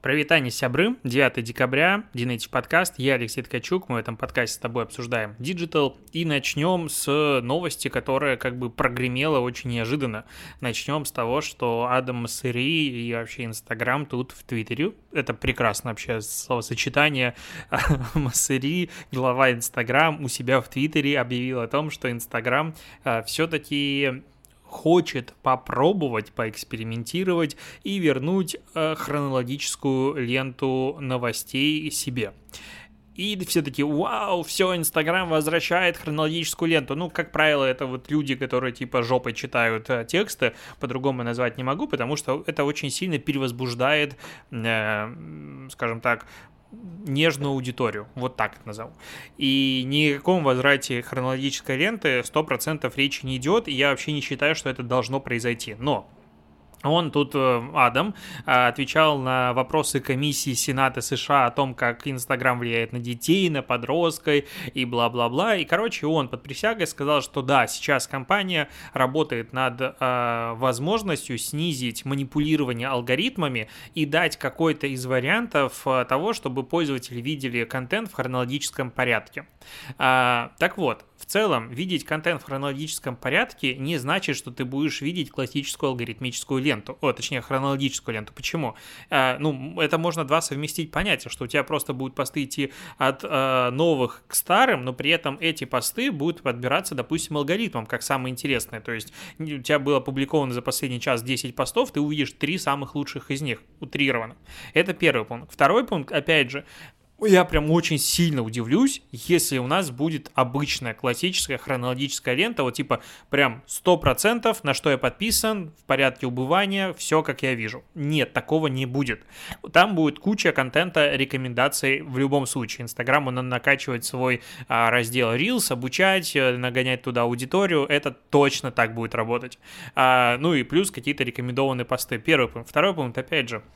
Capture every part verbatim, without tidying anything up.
Привет, сябры, девятого декабря, Динетик подкаст, я Алексей Ткачук, мы в этом подкасте с тобой обсуждаем диджитал, и начнем с новости, которая как бы прогремела очень неожиданно. Начнем с того, что Адам Моссери и вообще Инстаграм тут в Твиттере, это прекрасно вообще словосочетание, Моссери, глава Инстаграм, у себя в Твиттере объявил о том, что Инстаграм все-таки хочет попробовать, поэкспериментировать и вернуть э, хронологическую ленту новостей себе. И все таки вау, все, Инстаграм возвращает хронологическую ленту. Ну, как правило, это вот люди, которые типа жопой читают э, тексты, по-другому назвать не могу, потому что это очень сильно перевозбуждает, э, скажем так, нежную аудиторию, вот так это назову. И ни о каком возврате хронологической ленты сто процентов речи не идет, и я вообще не считаю, что это должно произойти. Но он тут, Адам, отвечал на вопросы комиссии Сената США о том, как Инстаграм влияет на детей, на подростков и бла-бла-бла. И, короче, он под присягой сказал, что да, сейчас компания работает над э, возможностью снизить манипулирование алгоритмами и дать какой-то из вариантов того, чтобы пользователи видели контент в хронологическом порядке. А, так вот, в целом, видеть контент в хронологическом порядке не значит, что ты будешь видеть классическую алгоритмическую ленту, о, точнее, хронологическую ленту. Почему? А, ну, это можно два совместить понятия, что у тебя просто будут посты идти от а, новых к старым, но при этом эти посты будут подбираться, допустим, алгоритмом, как самые интересные. То есть у тебя было опубликовано за последний час десять постов, ты увидишь три самых лучших из них, утрированно. Это первый пункт. Второй пункт, опять же, я прям очень сильно удивлюсь, если у нас будет обычная классическая хронологическая лента, вот типа прям сто процентов, на что я подписан, в порядке убывания, все как я вижу. Нет, такого не будет. Там будет куча контента, рекомендаций в любом случае. Инстаграм, он накачивает свой а, раздел Reels, обучать, нагонять туда аудиторию, это точно так будет работать. А, ну и плюс какие-то рекомендованные посты. Первый пункт. Второй пункт, опять же.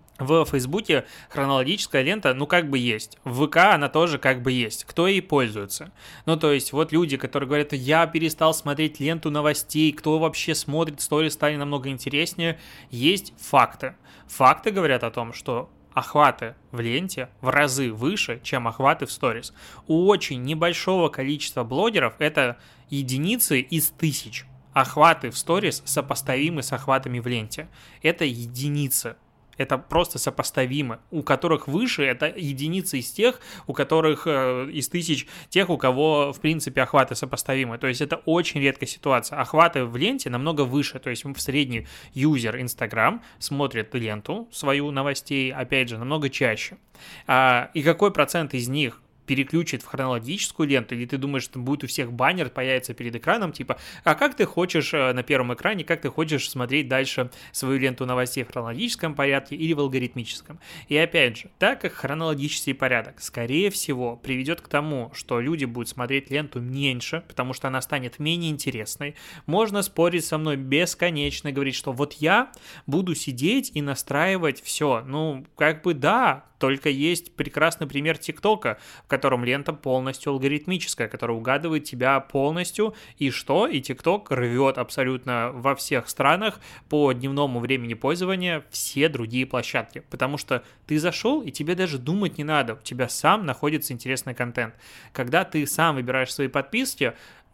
В Фейсбуке хронологическая лента, ну, как бы есть. В ВК она тоже как бы есть. Кто ей пользуется? Ну, то есть, вот люди, которые говорят, я перестал смотреть ленту новостей, кто вообще смотрит, сторис стали намного интереснее. Есть факты. Факты говорят о том, что охваты в ленте в разы выше, чем охваты в сторис. У очень небольшого количества блогеров это единицы из тысяч. Охваты в сторис сопоставимы с охватами в ленте. Это единицы. Это просто сопоставимо. У которых выше, это единицы из тех, у которых э, из тысяч тех, у кого, в принципе, охваты сопоставимы. То есть это очень редкая ситуация. Охваты в ленте намного выше. То есть в средний юзер Instagram смотрит ленту свою новостей, опять же, намного чаще. А, и какой процент из них переключит в хронологическую ленту, или ты думаешь, что будет у всех баннер, появится перед экраном, типа, а как ты хочешь на первом экране, как ты хочешь смотреть дальше свою ленту новостей в хронологическом порядке или в алгоритмическом. И опять же, так как хронологический порядок, скорее всего, приведет к тому, что люди будут смотреть ленту меньше, потому что она станет менее интересной, можно спорить со мной бесконечно, говорить, что вот я буду сидеть и настраивать все. Ну, как бы да, только есть прекрасный пример ТикТока, в котором лента полностью алгоритмическая, которая угадывает тебя полностью, и что? И ТикТок рвет абсолютно во всех странах по дневному времени пользования все другие площадки, потому что ты зашел, и тебе даже думать не надо, у тебя сам находится интересный контент. Когда ты сам выбираешь свои подписки,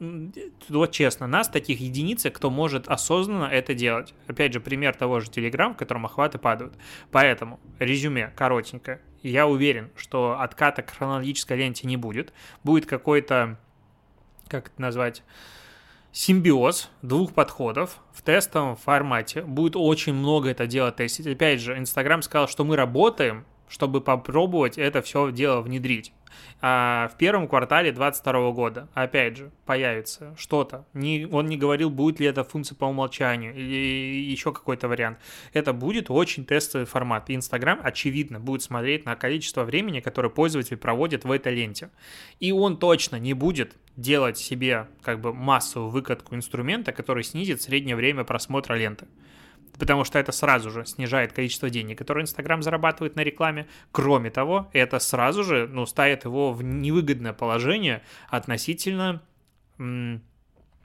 вот честно, нас таких единиц, кто может осознанно это делать. Опять же, пример того же Telegram, в котором охваты падают. Поэтому, резюме коротенькое. Я уверен, что отката к хронологической ленте не будет. Будет какой-то, как это назвать, симбиоз двух подходов в тестовом формате. Будет очень много это дело тестить. Опять же, Инстаграм сказал, что мы работаем, чтобы попробовать это все дело внедрить. А в первом квартале двадцать второго года, опять же, появится что-то. Не, он не говорил, будет ли это функция по умолчанию или еще какой-то вариант. Это будет очень тестовый формат. И Инстаграм, очевидно, будет смотреть на количество времени, которое пользователь проводит в этой ленте. И он точно не будет делать себе как бы массовую выкатку инструмента, который снизит среднее время просмотра ленты. Потому что это сразу же снижает количество денег, которые Инстаграм зарабатывает на рекламе. Кроме того, это сразу же, ну, ставит его в невыгодное положение относительно м-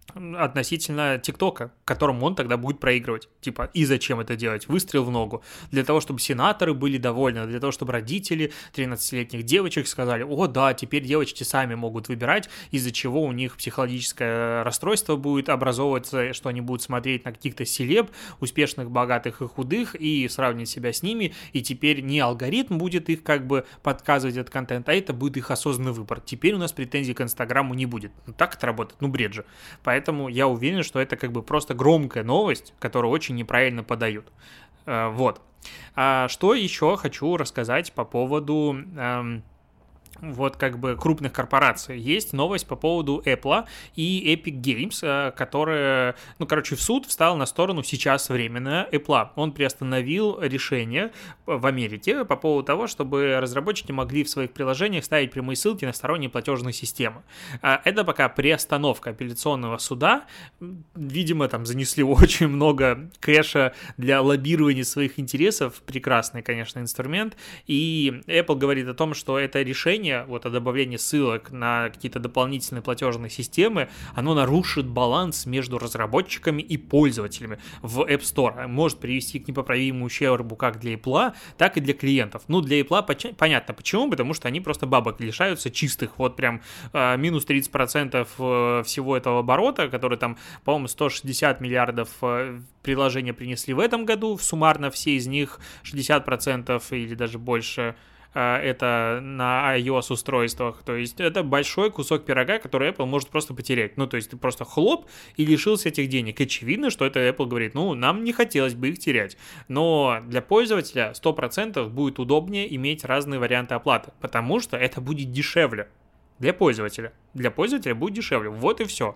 относительно ТикТока, которому он тогда будет проигрывать. Типа, и зачем это делать? Выстрел в ногу. Для того, чтобы сенаторы были довольны, для того, чтобы родители тринадцатилетних девочек сказали: о, да, теперь девочки сами могут выбирать, из-за чего у них психологическое расстройство будет образовываться, что они будут смотреть на каких-то селеб, успешных, богатых и худых, и сравнивать себя с ними, и теперь не алгоритм будет их как бы подсказывать этот контент, а это будет их осознанный выбор. Теперь у нас претензий к Инстаграму не будет. Ну, так это работает, ну, бред же. Поэтому Поэтому я уверен, что это как бы просто громкая новость, которую очень неправильно подают. Вот. А что еще хочу рассказать по поводу... Эм, вот как бы крупных корпораций. Есть новость по поводу Apple и Epic Games, которая, ну, короче, в суд встал на сторону сейчас временно Apple. Он приостановил решение в Америке по поводу того, чтобы разработчики могли в своих приложениях ставить прямые ссылки на сторонние платежные системы. Это пока приостановка апелляционного суда. Видимо, там занесли очень много кэша для лоббирования своих интересов. Прекрасный, конечно, инструмент. И Apple говорит о том, что это решение, вот о добавлении ссылок на какие-то дополнительные платежные системы, оно нарушит баланс между разработчиками и пользователями в App Store. Может привести к непоправимому ущербу как для Apple, так и для клиентов. Ну, для Apple понятно почему, потому что они просто бабок лишаются чистых, вот прям э, минус тридцать процентов всего этого оборота, который там, по-моему, сто шестьдесят миллиардов э, приложения принесли в этом году, суммарно все из них шестьдесят процентов или даже больше это на iOS-устройствах, то есть это большой кусок пирога, который Apple может просто потерять, ну, то есть ты просто хлоп и лишился этих денег. Очевидно, что это Apple говорит: ну, нам не хотелось бы их терять, но для пользователя сто процентов будет удобнее иметь разные варианты оплаты, потому что это будет дешевле для пользователя. Для пользователя будет дешевле, вот и все.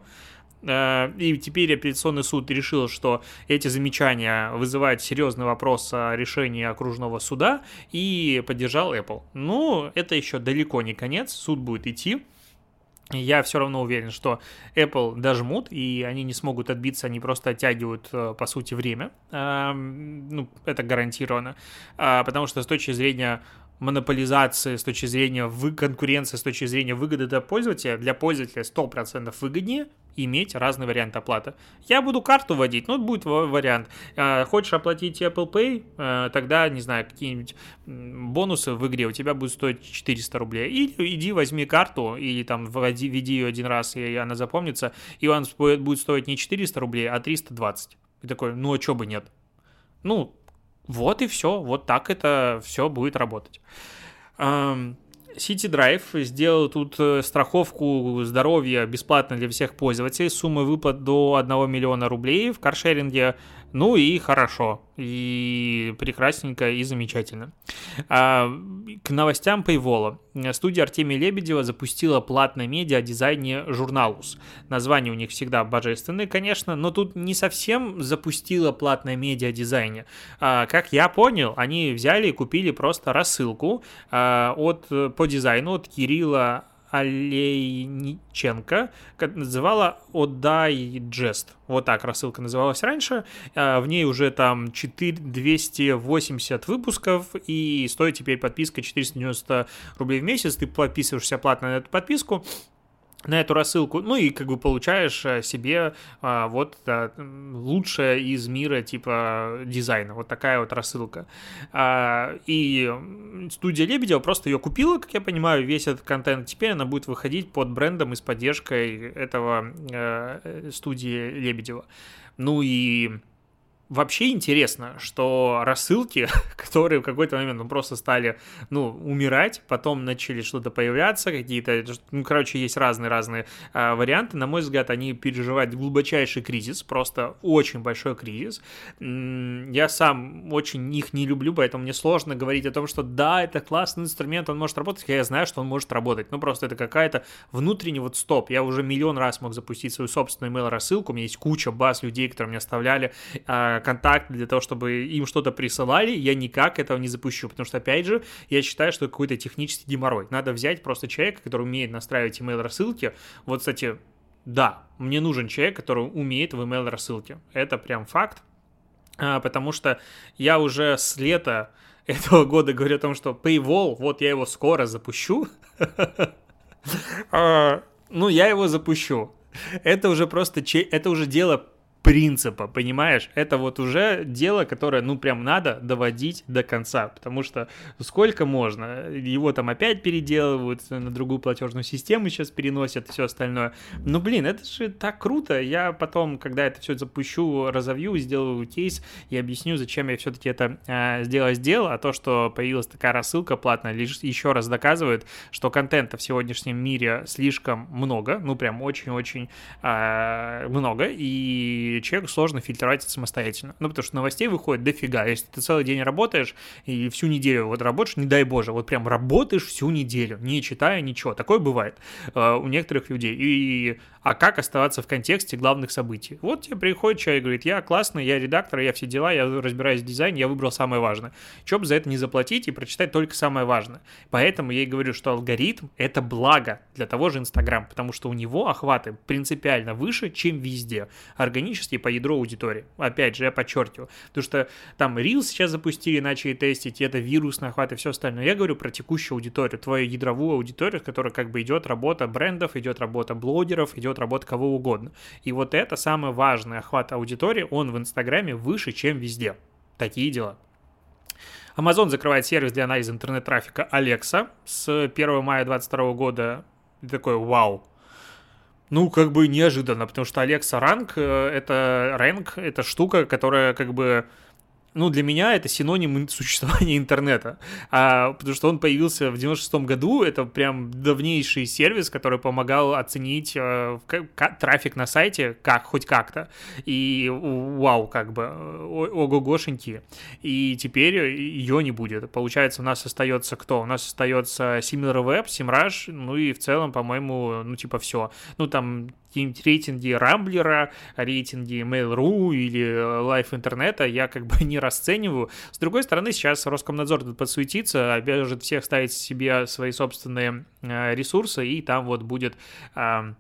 И теперь апелляционный суд решил, что эти замечания вызывают серьезный вопрос о решении окружного суда, и поддержал Apple. Но это еще далеко не конец, суд будет идти. Я все равно уверен, что Apple дожмут, и они не смогут отбиться, они просто оттягивают, по сути, время. Ну, это гарантированно. Потому что с точки зрения монополизации, с точки зрения вы... конкуренции, с точки зрения выгоды для пользователя, для пользователя сто процентов выгоднее иметь разные варианты оплаты. Я буду карту вводить, ну, будет вариант. Хочешь оплатить Apple Pay, тогда, не знаю, какие-нибудь бонусы в игре у тебя будут стоить четыреста рублей. Или иди возьми карту, или там вводи, введи ее один раз, и она запомнится, и он будет стоить не четыреста рублей, а триста двадцать. И такой: ну, а чё бы нет? Ну, вот и все, вот так это все будет работать. City Drive сделал тут страховку здоровья бесплатно для всех пользователей. Сумма выплат до одного миллиона рублей в каршеринге. Ну и хорошо, и прекрасненько, и замечательно. А, к новостям Paywall. Студия Артемия Лебедева запустила платное медиа о дизайне Журналус. Название у них всегда божественное, конечно, но тут не совсем запустила платное медиа о дизайне. А, как я понял, они взяли и купили просто рассылку а, от, по дизайну от Кирилла Олейниченко, называла «Одайджест». Вот так рассылка называлась раньше. В ней уже там четыре тысячи двести восемьдесят выпусков, и стоит теперь подписка четыреста девяносто рублей в месяц. Ты подписываешься платно на эту подписку, на эту рассылку, ну и как бы получаешь себе а, вот а, лучшее из мира типа дизайна, вот такая вот рассылка. А, и студия Лебедева просто ее купила, как я понимаю, весь этот контент, теперь она будет выходить под брендом и с поддержкой этого а, студии Лебедева. Ну и вообще интересно, что рассылки, которые в какой-то момент ну, просто стали, ну, умирать, потом начали что-то появляться, какие-то, ну, короче, есть разные-разные а, варианты. На мой взгляд, они переживают глубочайший кризис, просто очень большой кризис. Я сам очень их не люблю, поэтому мне сложно говорить о том, что да, это классный инструмент, он может работать, я знаю, что он может работать, ну, просто это какая-то внутренний вот стоп. Я уже миллион раз мог запустить свою собственную email-рассылку, у меня есть куча баз людей, которые мне оставляли а, контакт для того, чтобы им что-то присылали, я никак этого не запущу, потому что, опять же, я считаю, что это какой-то технический геморрой. Надо взять просто человека, который умеет настраивать email-рассылки. Вот, кстати, да, мне нужен человек, который умеет в email-рассылке. Это прям факт, потому что я уже с лета этого года говорю о том, что Paywall, вот я его скоро запущу. Ну, я его запущу. Это уже просто, че- это уже дело принципа, понимаешь? Это вот уже дело, которое, ну, прям надо доводить до конца, потому что сколько можно? Его там опять переделывают, на другую платежную систему сейчас переносят и все остальное. Ну, блин, это же так круто. Я потом, когда это все запущу, разовью, сделаю кейс и объясню, зачем я все-таки это э, сделал, сделал, а то, что появилась такая рассылка платная, лишь еще раз доказывает, что контента в сегодняшнем мире слишком много, ну, прям очень-очень э, много, и человеку сложно фильтровать это самостоятельно. Ну, потому что новостей выходит дофига. Если ты целый день работаешь и всю неделю вот работаешь, не дай боже, вот прям работаешь всю неделю, не читая ничего. Такое бывает э, у некоторых людей. И, а как оставаться в контексте главных событий? Вот тебе приходит человек и говорит, я классный, я редактор, я все дела, я разбираюсь в дизайне, я выбрал самое важное. Чё бы за это не заплатить и прочитать только самое важное. Поэтому я и говорю, что алгоритм — это благо для того же Инстаграм, потому что у него охваты принципиально выше, чем везде. Органически по ядру аудитории. Опять же, я подчеркиваю. Потому что там Reels сейчас запустили, начали тестить, и это вирусный охват и все остальное. Я говорю про текущую аудиторию, твою ядровую аудиторию, в которой как бы идет работа брендов, идет работа блогеров, идет работа кого угодно. И вот это самый важный охват аудитории, он в Инстаграме выше, чем везде. Такие дела. Amazon закрывает сервис для анализа интернет-трафика Alexa с первого мая двадцать второго года. И такой, вау. Ну, как бы неожиданно, потому что Alexa Rank — это Rank, это штука, которая как бы, ну, для меня это синоним существования интернета, а, потому что он появился в девяносто шестом году, это прям давнейший сервис, который помогал оценить э, как, трафик на сайте как, хоть как-то, и вау, как бы, ого-гошеньки, и теперь ее не будет. Получается, у нас остается кто? У нас остается SimilarWeb, SEMrush, ну и в целом, по-моему, ну, типа все. Ну, там какие-нибудь рейтинги Рамблера, рейтинги Mail.ru или Live интернета я как бы не расцениваю. С другой стороны, сейчас Роскомнадзор тут подсуетится, обяжет всех ставить себе свои собственные э, ресурсы, и там вот будет... Э,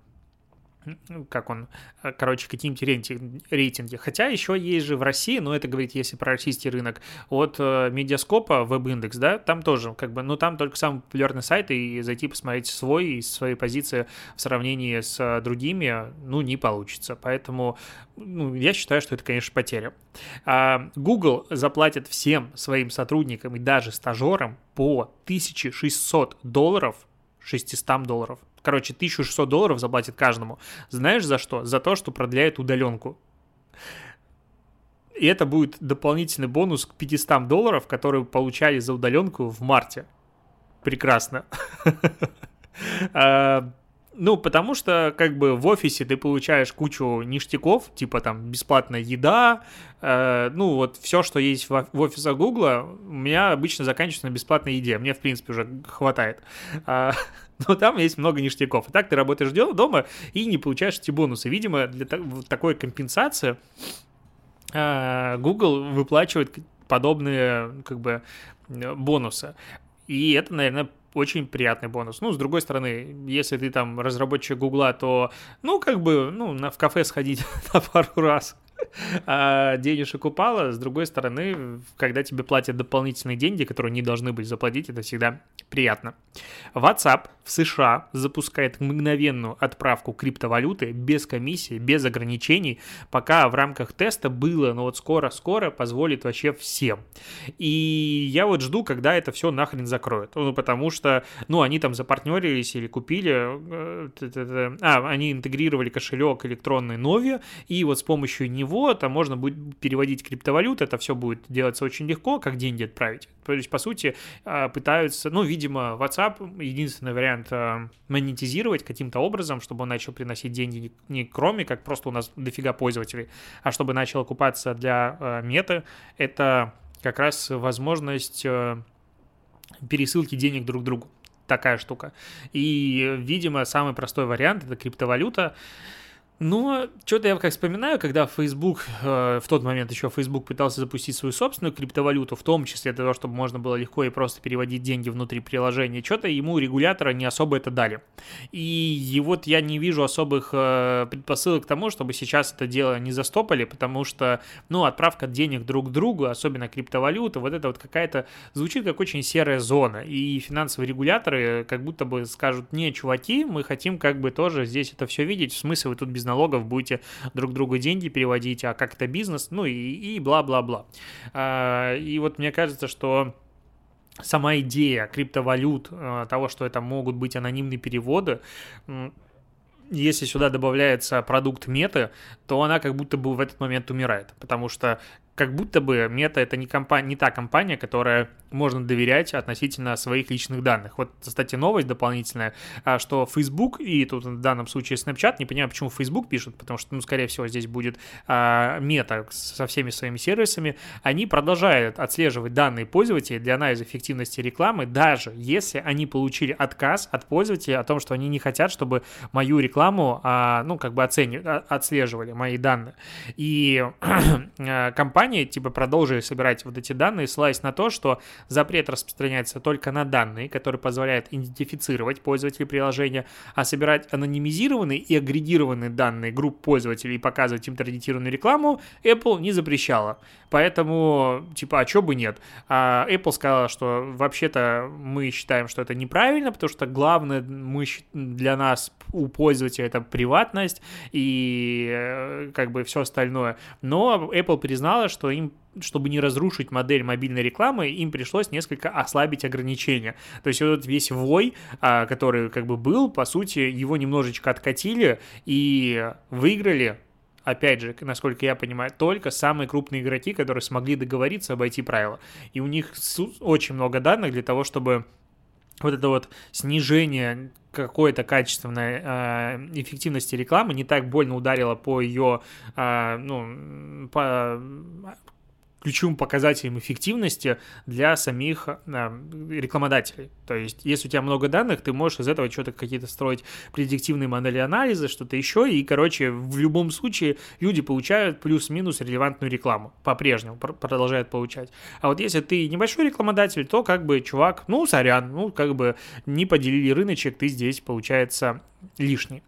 как он, короче, какие-нибудь рейтинги. Хотя еще есть же в России, но это говорит, если про российский рынок, от Медиаскопа веб-индекс, да, там тоже, как бы, ну, там только самый популярный сайт, и зайти посмотреть свой и свои позиции в сравнении с другими, ну, не получится. Поэтому, ну, я считаю, что это, конечно, потеря. Google заплатит всем своим сотрудникам и даже стажерам по тысяча шестьсот долларов, шестьсот долларов. Короче, тысяча шестьсот долларов заплатит каждому. Знаешь за что? За то, что продляет удаленку. И это будет дополнительный бонус к пятьстам долларов, которые получали за удаленку в марте. Прекрасно. Ну, потому что, как бы, в офисе ты получаешь кучу ништяков, типа, там, бесплатная еда, э, ну, вот, все, что есть в, в офисах Гугла, у меня обычно заканчивается на бесплатной еде, мне, в принципе, уже хватает. А, но там есть много ништяков. И так ты работаешь дома и не получаешь эти бонусы. Видимо, для та- такой компенсации э, Google выплачивает подобные, как бы, бонусы. И это, наверное, очень приятный бонус. Ну, с другой стороны, если ты там разработчик Гугла, то, ну, как бы, ну, на, в кафе сходить на пару раз а денежек упало. С другой стороны, когда тебе платят дополнительные деньги, которые не должны быть заплатить, это всегда приятно. WhatsApp в США запускает мгновенную отправку криптовалюты без комиссии, без ограничений, пока в рамках теста было, но вот скоро-скоро позволит вообще всем. И я вот жду, когда это все нахрен закроют. Ну, потому что, ну, они там запартнерились или купили, а, они интегрировали кошелек электронный Novi, и вот с помощью него там можно будет переводить криптовалюту, это все будет делаться очень легко, как деньги отправить. То есть, по сути, пытаются, ну, видимо, WhatsApp единственный вариант монетизировать каким-то образом, чтобы он начал приносить деньги не кроме, как просто у нас дофига пользователей, а чтобы начал окупаться для меты, это как раз возможность пересылки денег друг другу. Такая штука. И, видимо, самый простой вариант — это криптовалюта. Но что-то я как вспоминаю, когда Facebook, э, в тот момент еще Facebook пытался запустить свою собственную криптовалюту, в том числе для того, чтобы можно было легко и просто переводить деньги внутри приложения, что-то ему регуляторы не особо это дали. И, и вот я не вижу особых э, предпосылок к тому, чтобы сейчас это дело не застопали, потому что, ну, отправка денег друг к другу, особенно криптовалюта, вот это вот какая-то, звучит как очень серая зона. И финансовые регуляторы как будто бы скажут: не, чуваки, мы хотим как бы тоже здесь это все видеть, в смысле вы тут без налогов будете друг другу деньги переводить, а как это бизнес, ну и, и бла-бла-бла. А, и вот мне кажется, что сама идея криптовалют, того, что это могут быть анонимные переводы, если сюда добавляется продукт Меты, то она как будто бы в этот момент умирает, потому что как будто бы Мета — это не, компания, не та компания, которая можно доверять относительно своих личных данных. Вот, кстати, новость дополнительная, что Facebook и тут в данном случае Snapchat, не понимаю, почему Facebook пишут, потому что, ну, скорее всего, здесь будет Мета со всеми своими сервисами, они продолжают отслеживать данные пользователей для анализа эффективности рекламы, даже если они получили отказ от пользователей о том, что они не хотят, чтобы мою рекламу, ну, как бы оценивали, отслеживали мои данные. И компания типа продолжили собирать вот эти данные, ссылаясь на то, что запрет распространяется только на данные, которые позволяют идентифицировать пользователей приложения, а собирать анонимизированные и агрегированные данные групп пользователей и показывать им таргетированную рекламу Apple не запрещала. Поэтому, типа, а чё бы нет? А Apple сказала, что вообще-то мы считаем, что это неправильно, потому что главное мы, для нас у пользователя это приватность и как бы все остальное. Но Apple признала, что им, чтобы не разрушить модель мобильной рекламы, им пришлось несколько ослабить ограничения. То есть вот весь вой, который как бы был, по сути, его немножечко откатили и выиграли, опять же, насколько я понимаю, только самые крупные игроки, которые смогли договориться обойти правила. И у них очень много данных для того, чтобы вот это вот снижение какой-то качественной э, эффективности рекламы не так больно ударило по ее, э, ну, по ключевым показателям эффективности для самих э, рекламодателей. То есть, если у тебя много данных, ты можешь из этого что-то какие-то строить предиктивные модели анализа, что-то еще, и, короче, в любом случае люди получают плюс-минус релевантную рекламу, по-прежнему пр- продолжают получать. А вот если ты небольшой рекламодатель, то как бы, чувак, ну, сорян, ну, как бы не поделили рыночек, ты здесь, получается, лишний.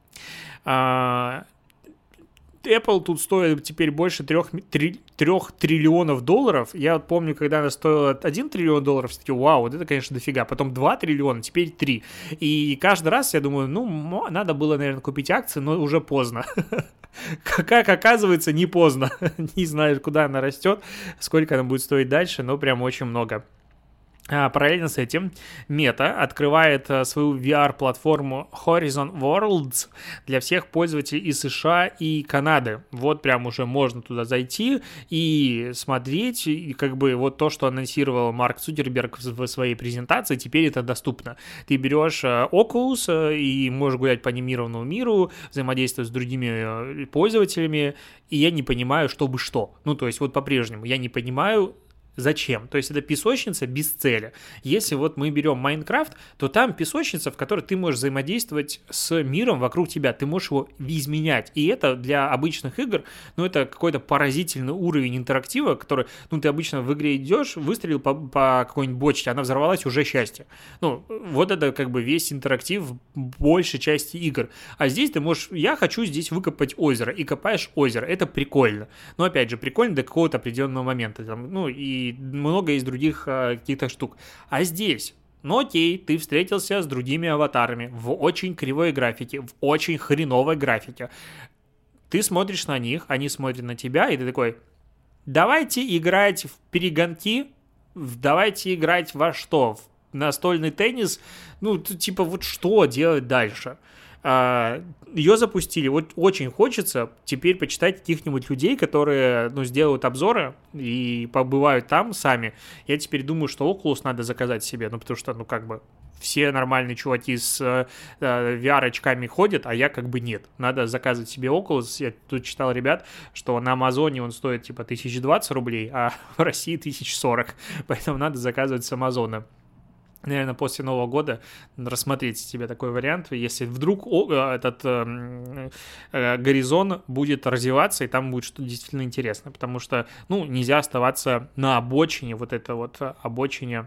А- Apple тут стоит теперь больше трех триллионов долларов. Я вот помню, когда она стоила один триллион долларов, все-таки, вау, вот это, конечно, дофига. Потом два триллиона, теперь три. И каждый раз я думаю, ну, надо было, наверное, купить акции, но уже поздно. Как оказывается, не поздно. Не знаю, куда она растет, сколько она будет стоить дальше, но прям очень много. А параллельно с этим Meta открывает свою ви ар-платформу Horizon Worlds для всех пользователей из США и Канады. Вот прям уже можно туда зайти и смотреть, и как бы вот то, что анонсировал Марк Цукерберг в своей презентации, теперь это доступно. Ты берешь Oculus и можешь гулять по анимированному миру, взаимодействовать с другими пользователями, и я не понимаю, чтобы что. Ну, то есть вот по-прежнему я не понимаю, зачем? То есть это песочница без цели. Если вот мы берем Майнкрафт, то там песочница, в которой ты можешь взаимодействовать с миром вокруг тебя, ты можешь его изменять. И это для обычных игр, ну, это какой-то поразительный уровень интерактива, который, ну, ты обычно в игре идешь, выстрелил по, по какой-нибудь бочке, она взорвалась, уже счастье. Ну, вот это как бы весь интерактив в большей части игр. А здесь ты можешь, я хочу здесь выкопать озеро, и копаешь озеро, это прикольно. Но, опять же, прикольно до какого-то определенного момента. Там, ну, и и много из других а, каких-то штук. А здесь, ну окей, ты встретился с другими аватарами в очень кривой графике, в очень хреновой графике. Ты смотришь на них, они смотрят на тебя, и ты такой, давайте играть в перегонки, давайте играть во что? В настольный теннис? Ну, типа, вот что делать дальше? Ее запустили. Вот очень хочется теперь почитать каких-нибудь людей, которые, ну, сделают обзоры и побывают там сами. Я теперь думаю, что Oculus надо заказать себе, ну, потому что, ну, как бы все нормальные чуваки с э, ви ар-очками ходят, а я как бы нет. Надо заказывать себе Oculus. Я тут читал, ребят, что на Амазоне он стоит типа тысяча двадцать рублей, а в России тысяча сорок. Поэтому надо заказывать с Амазона. наверное, после Нового года рассмотреть себе такой вариант, если вдруг этот э, э, горизонт будет развиваться, и там будет что-то действительно интересное, потому что, ну, нельзя оставаться на обочине, вот это вот обочине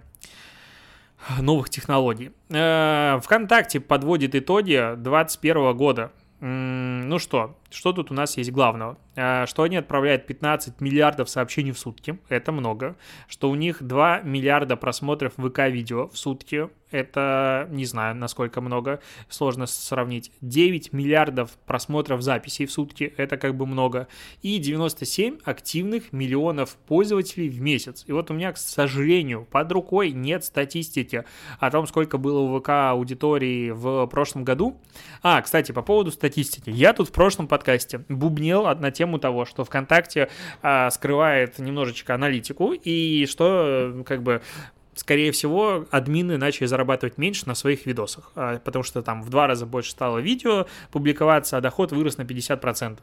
новых технологий. Э, ВКонтакте подводит итоги двадцать первого года. М, ну что, что тут у нас есть главного? Что они отправляют пятнадцать миллиардов сообщений в сутки, это много. Что у них два миллиарда просмотров ВК-видео в сутки, это не знаю, насколько много, сложно сравнить. девять миллиардов просмотров записей в сутки, это как бы много. И девяносто семь активных миллионов пользователей в месяц. И вот у меня, к сожалению, под рукой нет статистики о том, сколько было у ВК аудитории в прошлом году. А, кстати, по поводу статистики. Я тут в прошлом подкасте бубнел на тему того, что ВКонтакте а, скрывает немножечко аналитику, и что, как бы, скорее всего, админы начали зарабатывать меньше на своих видосах, а, потому что там в два раза больше стало видео публиковаться, а доход вырос на пятьдесят процентов.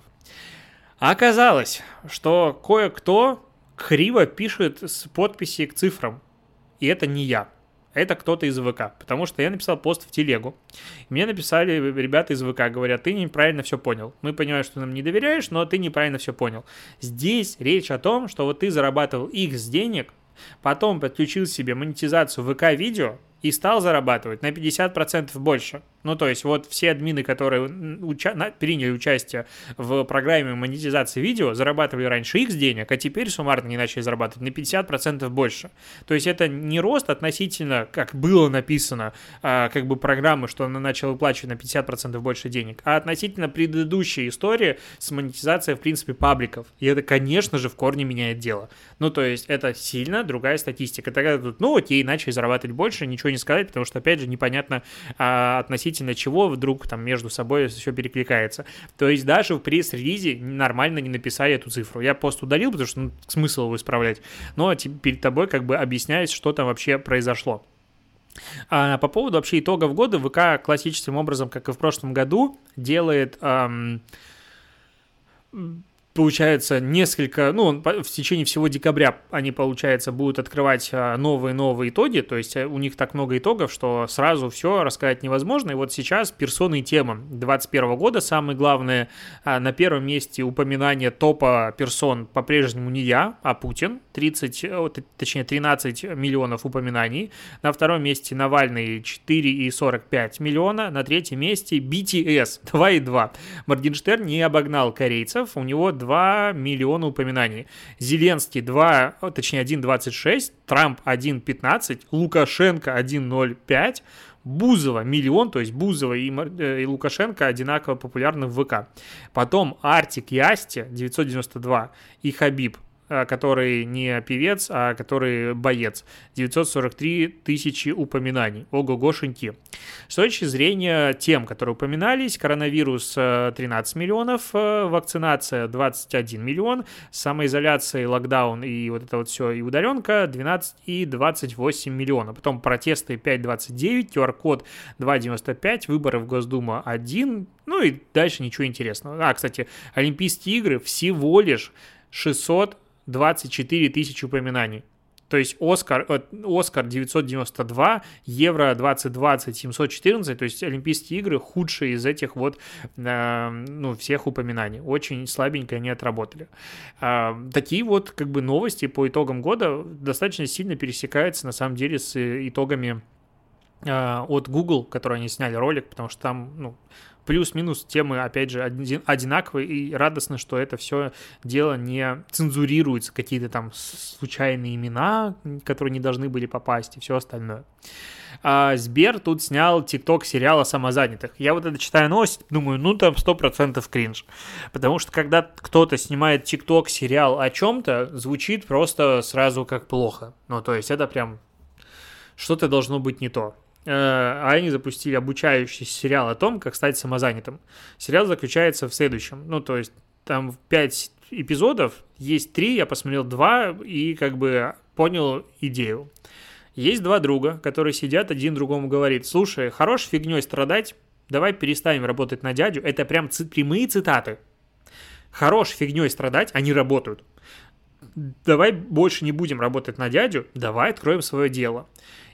А оказалось, что кое-кто криво пишет с подписи к цифрам, и это не я. Это кто-то из ВК, потому что я написал пост в телегу. Мне написали ребята из ВК, говорят, ты неправильно все понял. Мы понимаем, что ты нам не доверяешь, но ты неправильно все понял. Здесь речь о том, что вот ты зарабатывал X денег, потом подключил себе монетизацию ВК-видео и стал зарабатывать на пятьдесят процентов больше. Ну, то есть, вот все админы, которые уча- на- приняли участие в программе монетизации видео, зарабатывали раньше X денег, а теперь суммарно не начали зарабатывать на пятьдесят процентов больше. То есть, это не рост относительно, как было написано, а, как бы программы, что она начала выплачивать на пятьдесят процентов больше денег, а относительно предыдущей истории с монетизацией, в принципе, пабликов. И это, конечно же, в корне меняет дело. Ну, то есть, это сильно другая статистика. Тогда тут, ну, окей, начали зарабатывать больше, ничего не сказать, потому что, опять же, непонятно а, относительно чего вдруг там между собой все перекликается. То есть даже в пресс-релизе нормально не написали эту цифру. Я пост удалил, потому что ну, смысл его исправлять. Но перед тобой как бы объясняюсь, что там вообще произошло. А по поводу вообще итогов года, ВК классическим образом, как и в прошлом году, делает... Эм, Получается, несколько, ну, в течение всего декабря они, получается, будут открывать новые-новые итоги, то есть у них так много итогов, что сразу все рассказать невозможно. И вот сейчас персоны и темы двадцать первого года, самое главное, на первом месте упоминание топа персон по-прежнему не я, а Путин, тридцать, точнее тринадцать миллионов упоминаний. На втором месте Навальный четыре целых сорок пять миллиона, на третьем месте би ти эс два целых два. Моргенштерн не обогнал корейцев, у него два миллиона упоминаний. Зеленский два, точнее один целых двадцать шесть, Трамп один целых пятнадцать, Лукашенко один целых ноль пять, Бузова миллион, то есть Бузова и, и Лукашенко одинаково популярны в ВК. Потом Артик и Асти девятьсот девяносто два и Хабиб, который не певец, а который боец. девятьсот сорок три тысячи упоминаний. Ого-гошеньки. С точки зрения тем, которые упоминались, коронавирус тринадцать миллионов, вакцинация двадцать один миллион, самоизоляция, локдаун и вот это вот все, и удаленка двенадцать и двадцать восемь миллиона. Потом протесты пять целых двадцать девять, ку ар код два целых девяносто пять, выборы в Госдуму один, ну и дальше ничего интересного. А, кстати, Олимпийские игры всего лишь шестьсот двадцать четыре тысячи упоминаний. То есть Оскар, Оскар девятьсот девяносто два, Евро двадцать двадцать семьсот четырнадцать, то есть Олимпийские игры худшие из этих вот э, ну, всех упоминаний. Очень слабенько они отработали. Э, такие вот как бы новости по итогам года достаточно сильно пересекаются на самом деле с итогами э, от Google, которые они сняли ролик, потому что там, ну, плюс-минус темы, опять же, одинаковые, и радостно, что это все дело не цензурируется, какие-то там случайные имена, которые не должны были попасть, и все остальное. А Сбер тут снял тикток-сериал о самозанятых. Я вот это читаю новость, думаю, ну там сто процентов кринж. Потому что когда кто-то снимает тикток-сериал о чем-то, звучит просто сразу как плохо. Ну, то есть это прям что-то должно быть не то. А они запустили обучающий сериал о том, как стать самозанятым. Сериал заключается в следующем. Ну, то есть там пять эпизодов, есть три, я посмотрел два и как бы понял идею. Есть два друга, которые сидят, один другому говорит: слушай, хорош фигней страдать, давай перестанем работать на дядю. Это прям ц- прямые цитаты. Хорош фигней страдать, они работают. Давай больше не будем работать на дядю, давай откроем свое дело.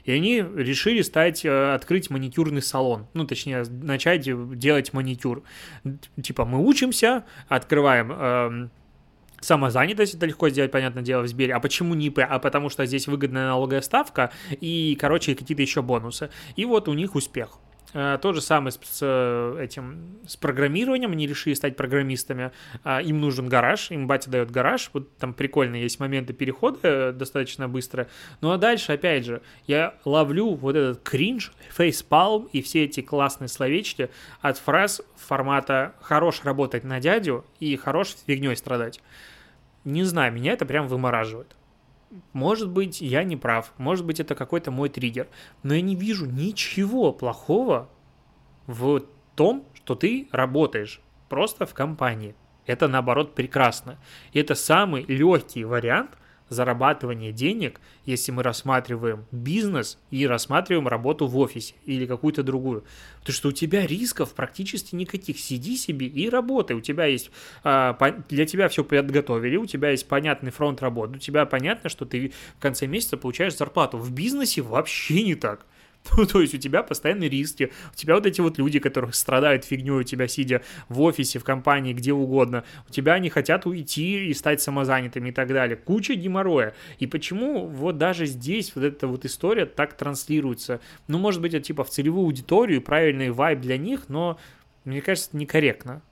И они решили стать, открыть маникюрный салон. Ну, точнее, начать делать маникюр. Типа, мы учимся, открываем... Э, самозанятость, это легко сделать, понятное дело, в Сбере. А почему не ИП? А потому что здесь выгодная налоговая ставка и, короче, какие-то еще бонусы. И вот у них успех. То же самое с, с этим, с программированием. Они решили стать программистами. Им нужен гараж, им батя дает гараж. Вот там прикольно есть моменты перехода достаточно быстро. Ну а дальше, опять же, я ловлю вот этот кринж, фейспалм и все эти классные словечки от фраз формата «хорош работать на дядю» и «хорош фигней страдать». Не знаю, меня это прям вымораживает. Может быть, я не прав, может быть, это какой-то мой триггер, но я не вижу ничего плохого в том, что ты работаешь просто в компании. Это, наоборот, прекрасно. И это самый легкий вариант зарабатывания денег, если мы рассматриваем бизнес и рассматриваем работу в офисе или какую-то другую. Потому что у тебя рисков практически никаких. Сиди себе и работай. У тебя есть, для тебя все подготовили, у тебя есть понятный фронт работы, у тебя понятно, что ты в конце месяца получаешь зарплату. В бизнесе вообще не так. Ну, то есть у тебя постоянные риски, у тебя вот эти вот люди, которые страдают фигней, у тебя сидя в офисе, в компании, где угодно, у тебя они хотят уйти и стать самозанятыми и так далее. Куча геморроя. И почему вот даже здесь вот эта вот история так транслируется? Ну, может быть, это типа в целевую аудиторию, правильный вайб для них, но мне кажется, это некорректно.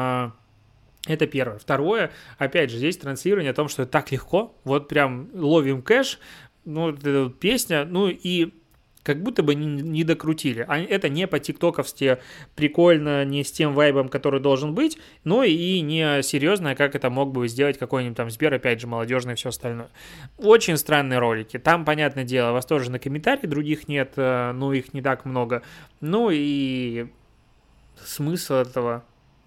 Это первое. Второе, опять же, здесь транслирование о том, что это так легко, вот прям ловим кэш, ну, вот эта вот песня, ну и как будто бы не, не докрутили. Это не по-тиктоковски прикольно, не с тем вайбом, который должен быть, но и не серьезно, как это мог бы сделать какой-нибудь там Сбер, опять же, молодежный и все остальное. Очень странные ролики. Там, понятное дело, восторженные комментарии, других нет, но их не так много. Ну и смысл этого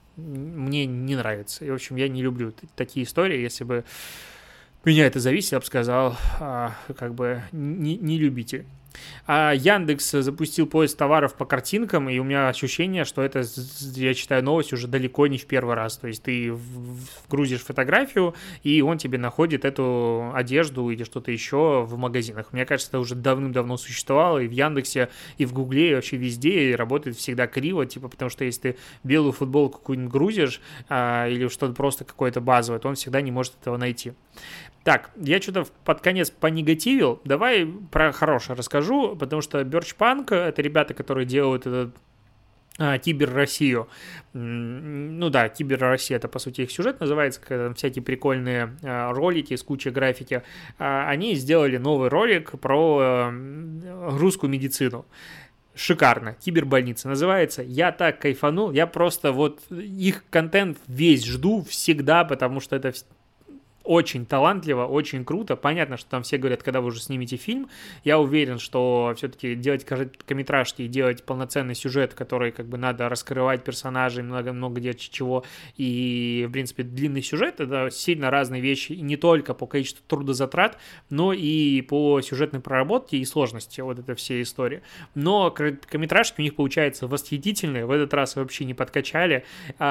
мне не нравится. И, в общем, я не люблю такие истории. Если бы меня это зависело, я бы сказал, как бы не, не любите. А Яндекс запустил поиск товаров по картинкам, и у меня ощущение, что это, я читаю новость уже далеко не в первый раз. То есть ты вгрузишь фотографию, и он тебе находит эту одежду или что-то еще в магазинах. Мне кажется, это уже давным-давно существовало и в Яндексе, и в Гугле, и вообще везде, и работает всегда криво, типа, потому что если ты белую футболку какую-нибудь грузишь, а, или что-то просто какое-то базовое, то он всегда не может этого найти. Так, я что-то под конец понегативил, давай про хорошее расскажу, потому что Birchpunk — это ребята, которые делают этот а, Кибер-Россию. Ну да, Кибер-Россия — это, по сути, их сюжет называется, когда всякие прикольные а, ролики с кучей графики. А, они сделали новый ролик про а, русскую медицину. Шикарно, кибербольница называется. Я так кайфанул, я просто вот их контент весь жду всегда, потому что это очень талантливо, очень круто. Понятно, что там все говорят, когда вы уже снимете фильм. Я уверен, что все-таки делать короткометражки и делать полноценный сюжет, который как бы надо раскрывать персонажей, много-много делать чего. И, в принципе, длинный сюжет — это сильно разные вещи. И не только по количеству трудозатрат, но и по сюжетной проработке и сложности вот этой всей истории. Но короткометражки у них получаются восхитительные. В этот раз вообще не подкачали.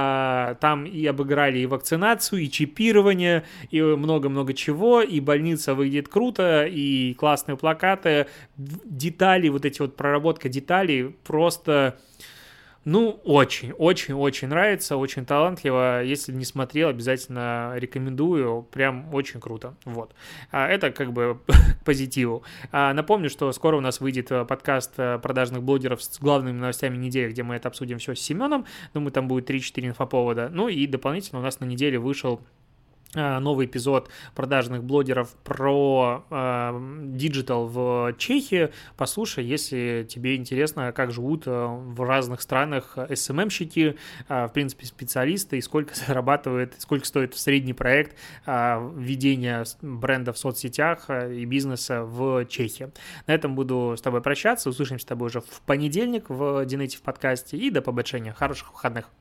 Там и обыграли и вакцинацию, и чипирование, и много-много чего, и больница выглядит круто, и классные плакаты, детали, вот эти вот проработка деталей просто, ну, очень-очень-очень нравится, очень талантливо. Если не смотрел, обязательно рекомендую, прям очень круто. Вот. Это как бы к позитиву. Напомню, что скоро у нас выйдет подкаст продажных блогеров с главными новостями недели, где мы это обсудим все с Семеном. Думаю, там будет три-четыре инфоповода. Ну и дополнительно у нас на неделе вышел новый эпизод продажных блогеров про диджитал э, в Чехии. Послушай, если тебе интересно, как живут э, в разных странах эс эм эм-щики, э, в принципе, специалисты, и сколько зарабатывает, сколько стоит средний проект э, ведения бренда в соцсетях э, и бизнеса в Чехии. На этом буду с тобой прощаться. Услышимся с тобой уже в понедельник в Динейте в подкасте. И до побольшения. Хороших выходных.